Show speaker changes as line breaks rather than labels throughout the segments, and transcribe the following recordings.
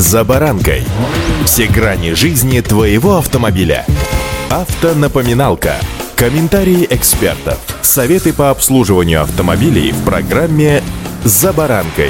«За баранкой». Все грани жизни твоего автомобиля. Автонапоминалка. Комментарии экспертов. Советы по обслуживанию автомобилей в программе «За баранкой».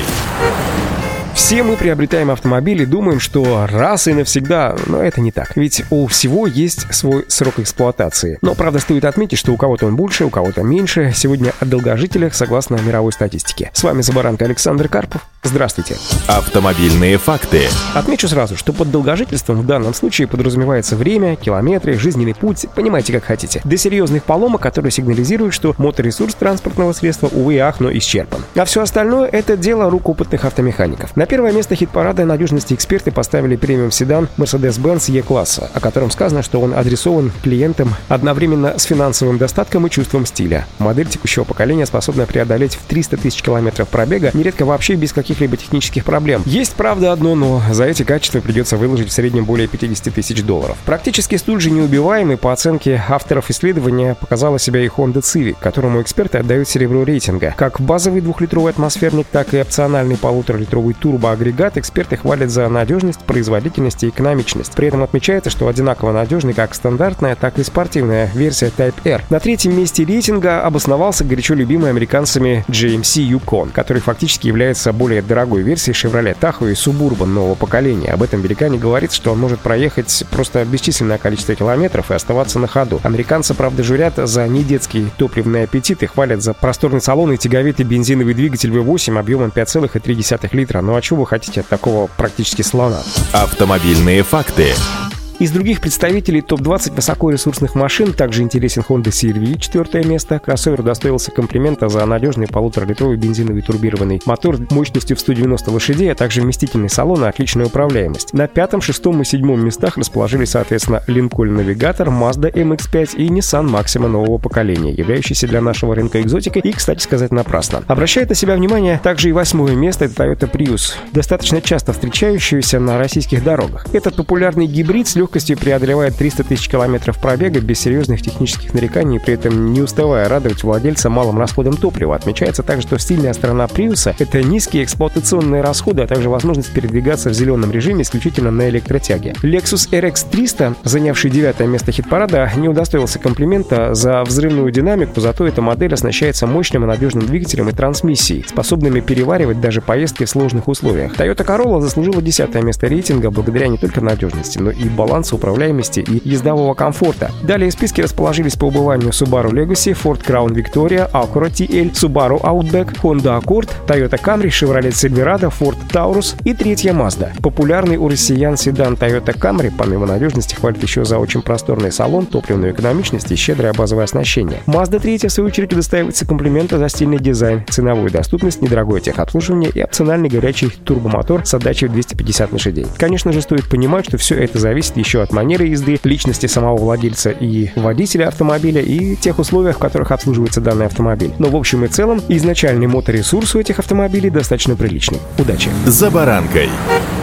Все мы приобретаем автомобиль и думаем, что раз и навсегда, но это не так. Ведь у всего есть свой срок эксплуатации. Но, правда, стоит отметить, что у кого-то он больше, у кого-то меньше. Сегодня о долгожителях согласно мировой статистике. С вами «За баранкой» Александр Карпов. Здравствуйте.
Автомобильные факты.
Отмечу сразу, что под долгожительством в данном случае подразумевается время, километры, жизненный путь, понимаете как хотите. До серьезных поломок, которые сигнализируют, что моторесурс транспортного средства, увы и ах, но исчерпан. А все остальное — это дело рук опытных автомехаников. На первое место хит-парада надежности эксперты поставили премиум-седан Mercedes-Benz E-класса, о котором сказано, что он адресован клиентам одновременно с финансовым достатком и чувством стиля. Модель текущего поколения способна преодолеть в 300 тысяч километров пробега, нередко вообще без каких-либо технических проблем. Есть, правда, одно «но». За эти качества придется выложить в среднем более 50 тысяч долларов. Практически столь же неубиваемый, по оценке авторов исследования, показала себя и Honda Civic, которому эксперты отдают серебро рейтинга. Как базовый 2-литровый атмосферник, так и опциональный 1,5-литровый турбоагрегат эксперты хвалят за надежность, производительность и экономичность. При этом отмечается, что одинаково надежны как стандартная, так и спортивная версия Type R. На третьем месте рейтинга обосновался горячо любимый американцами GMC Yukon, который фактически является более дорогой версией Chevrolet Tahoe и Suburban нового поколения. Об этом великане говорится, что он может проехать просто бесчисленное количество километров и оставаться на ходу. Американцы, правда, журят за недетский топливный аппетит и хвалят за просторный салон и тяговитый бензиновый двигатель V8 объемом 5,3 литра. Ну а что вы хотите от такого практически слона?
Автомобильные факты.
Из других представителей топ-20 высокоресурсных машин также интересен Honda CR-V, 4 место. Кроссовер удостоился комплимента за надежный 1,5-литровый бензиновый турбированный мотор мощностью в 190 лошадей, а также вместительный салон и отличная управляемость. На 5, 6 и 7 местах расположились, соответственно, Lincoln Navigator, Mazda MX-5 и Nissan Maxima нового поколения, являющийся для нашего рынка экзотикой и, кстати сказать, напрасно. Обращает на себя внимание также и 8 место — это Toyota Prius, достаточно часто встречающийся на российских дорогах. Этот популярный гибрид с легкостью преодолевает 300 тысяч километров пробега без серьезных технических нареканий, при этом не уставая радовать владельца малым расходом топлива. Отмечается также, что стильная сторона Приуса — это низкие эксплуатационные расходы, а также возможность передвигаться в зеленом режиме исключительно на электротяге. Lexus RX 300, занявший 9 место хит-парада, не удостоился комплимента за взрывную динамику, зато эта модель оснащается мощным и надежным двигателем и трансмиссией, способными переваривать даже поездки в сложных условиях. Toyota Corolla заслужила 10 место рейтинга благодаря не только надежности, но и балансу управляемости и ездового комфорта. Далее в списке расположились по убыванию Subaru Legacy, Ford Crown Victoria, Acura TL, Subaru Outback, Honda Accord, Toyota Camry, Chevrolet Silverado, Ford Taurus и 3-я Mazda. Популярный у россиян седан Toyota Camry помимо надежности хвалит еще за очень просторный салон, топливную экономичность и щедрое базовое оснащение. Mazda 3, в свою очередь, удостаивается комплимента за стильный дизайн, ценовую доступность, недорогое техобслуживание и опциональный горячий турбомотор с отдачей в 250 лошадей. Конечно же, стоит понимать, что все это зависит еще от манеры езды, личности самого владельца и водителя автомобиля и тех условиях, в которых обслуживается данный автомобиль. Но в общем и целом изначальный моторесурс у этих автомобилей достаточно приличный. Удачи!
«За баранкой».